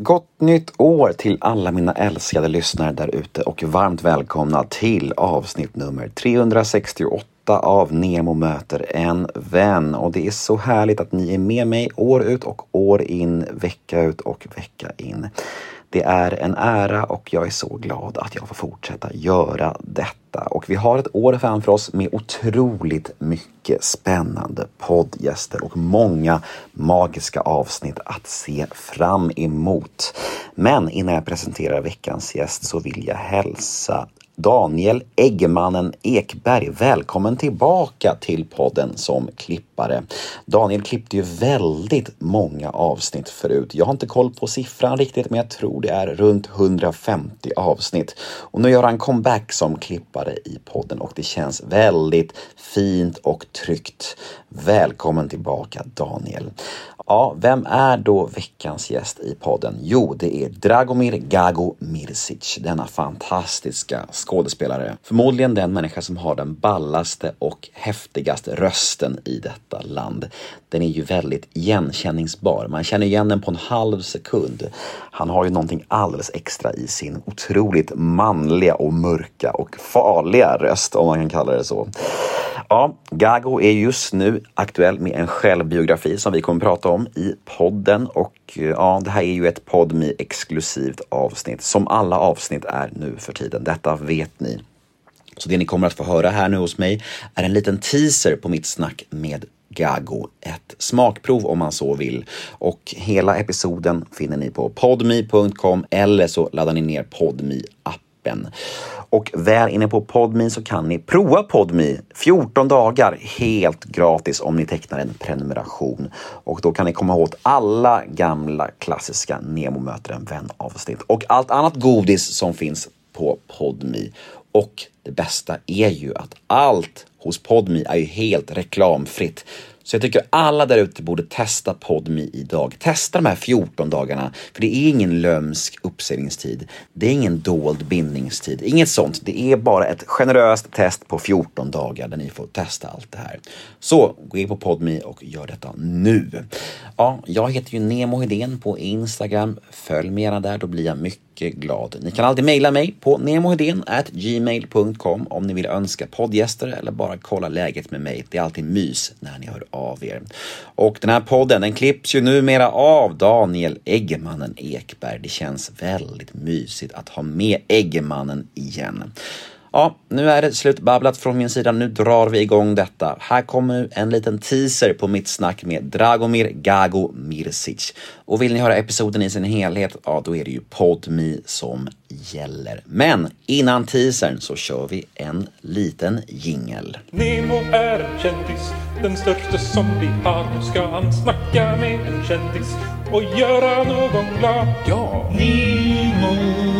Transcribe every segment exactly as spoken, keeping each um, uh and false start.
Gott nytt år till alla mina älskade lyssnare där ute och varmt välkomna till avsnitt nummer trehundrasextioåtta av Nemo möter en vän. Och det är så härligt att ni är med mig år ut och år in, vecka ut och vecka in. Det är en ära och jag är så glad att jag får fortsätta göra detta. Och vi har ett år framför oss med otroligt mycket spännande poddgäster och många magiska avsnitt att se fram emot. Men innan jag presenterar veckans gäst så vill jag hälsa Daniel Eggemannen Ekberg, välkommen tillbaka till podden som klippare. Daniel klippte ju väldigt många avsnitt förut. Jag har inte koll på siffran riktigt, men jag tror det är runt hundrafemtio avsnitt. Och nu gör han comeback som klippare i podden och det känns väldigt fint och tryggt. Välkommen tillbaka Daniel. Ja, vem är då veckans gäst i podden? Jo, det är Dragomir Gago Mirsic, denna fantastiska skådespelare. Förmodligen den människa som har den ballaste och häftigaste rösten i detta land. Den är ju väldigt igenkänningsbar. Man känner igen den på en halv sekund. Han har ju någonting alldeles extra i sin otroligt manliga och mörka och farliga röst, om man kan kalla det så. Ja, Gago är just nu aktuell med en självbiografi som vi kommer att prata om i podden. Och ja, det här är ju ett PodMe exklusivt avsnitt som alla avsnitt är nu för tiden. Detta vet ni. Så det ni kommer att få höra här nu hos mig är en liten teaser på mitt snack med Gago, ett smakprov om man så vill. Och hela episoden finner ni på podme punkt com eller så laddar ni ner PodMe-appen. Och väl inne på PodMe så kan ni prova PodMe fjorton dagar helt gratis om ni tecknar en prenumeration. Och då kan ni komma åt alla gamla klassiska Nemo möter en vän-avsnitt och allt annat godis som finns på PodMe. Och det bästa är ju att allt hos PodMe är ju helt reklamfritt. Så jag tycker alla där ute borde testa PodMe idag. Testa de här fjorton dagarna. För det är ingen lömsk uppsägningstid. Det är ingen dold bindningstid. Inget sånt. Det är bara ett generöst test på fjorton dagar där ni får testa allt det här. Så gå in på PodMe och gör detta nu. Ja, jag heter ju Nemo Hedén på Instagram. Följ mig gärna där, då blir jag mycket glad. Ni kan alltid mejla mig på nemohedén at gmail punkt com om ni vill önska poddgäster eller bara kolla läget med mig. Det är alltid mys när ni hör av er. Och den här podden, den klipps ju numera av Daniel Eggemannen Ekberg. Det känns väldigt mysigt att ha med Eggemannen igen. Ja, nu är det slutbabblat från min sida. Nu drar vi igång detta. Här kommer en liten teaser på mitt snack med Dragomir Gago Mirsic. Och vill ni höra episoden i sin helhet, ja då är det ju PodMe som gäller. Men innan teasern så kör vi en liten jingle. Nemo är en kändis, den största som vi har. Nu ska han snacka med en kändis och göra någon glad. Ja! Nemo,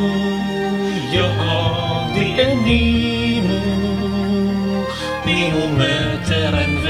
ja det är Nemo. Nemo möter en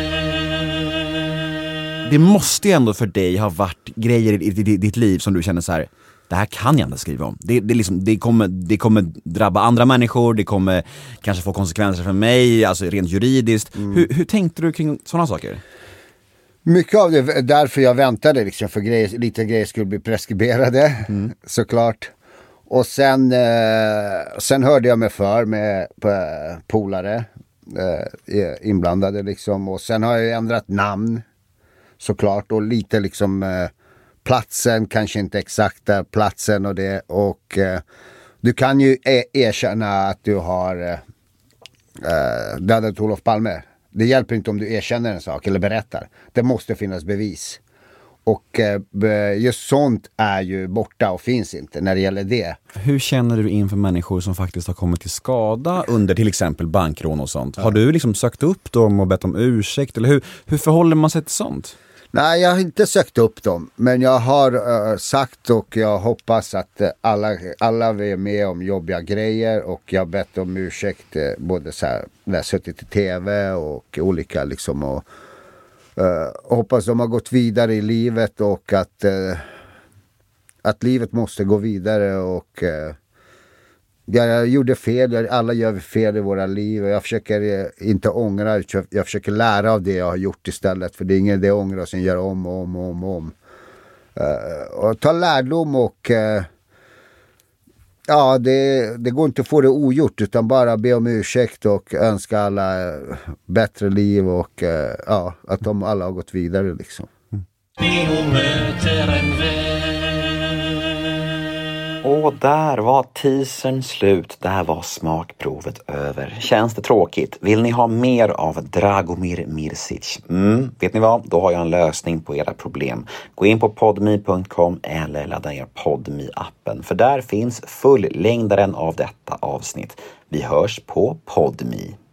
vän. Det måste ju ändå för dig ha varit grejer i, i, i ditt liv som du känner så här: det här kan jag inte skriva om. Det, det, liksom, det, kommer, det kommer drabba andra människor, det kommer kanske få konsekvenser för mig, alltså rent juridiskt. Mm. Hur, hur tänkte du kring sådana saker? Mycket av det därför jag väntade liksom, för grejer, lite grejer skulle bli preskriberade, mm. såklart. Och sen, eh, sen hörde jag mig för med på, polare eh, inblandade liksom. Och sen har jag ändrat namn såklart och lite liksom eh, platsen, kanske inte exakta platsen och det. Och eh, du kan ju e- erkänna att du har eh, dödat Olof Palme. Det hjälper inte om du erkänner en sak eller berättar. Det måste finnas bevis. Och eh, just sånt är ju borta och finns inte när det gäller det. Hur känner du inför människor som faktiskt har kommit till skada under till exempel bankrån och sånt? Ja. Har du liksom sökt upp dem och bett om ursäkt? Eller hur, hur förhåller man sig till sånt? Nej, jag har inte sökt upp dem. Men jag har uh, sagt och jag hoppas att uh, alla, alla är med om jobbiga grejer. Och jag har bett om ursäkt uh, både så här, när jag suttit i tv och olika liksom och Uh, hoppas de har gått vidare i livet och att, uh, att livet måste gå vidare och uh, jag gjorde fel, jag, alla gör fel i våra liv och jag försöker uh, inte ångra, jag försöker lära av det jag har gjort istället, för det är ingen idé att ångra och sen göra om och om och om och om. uh, och ta lärdom och uh, ja, det, det går inte att få det ogjort utan bara be om ursäkt och önska alla uh, bättre liv och uh, ja, att de alla har gått vidare liksom. Och där var teasern slut. Där var smakprovet över. Känns det tråkigt? Vill ni ha mer av Dragomir Mirsic? Mm, vet ni vad? Då har jag en lösning på era problem. Gå in på podme punkt com eller ladda ner Podme-appen. För där finns fullängdaren av detta avsnitt. Vi hörs på Podme.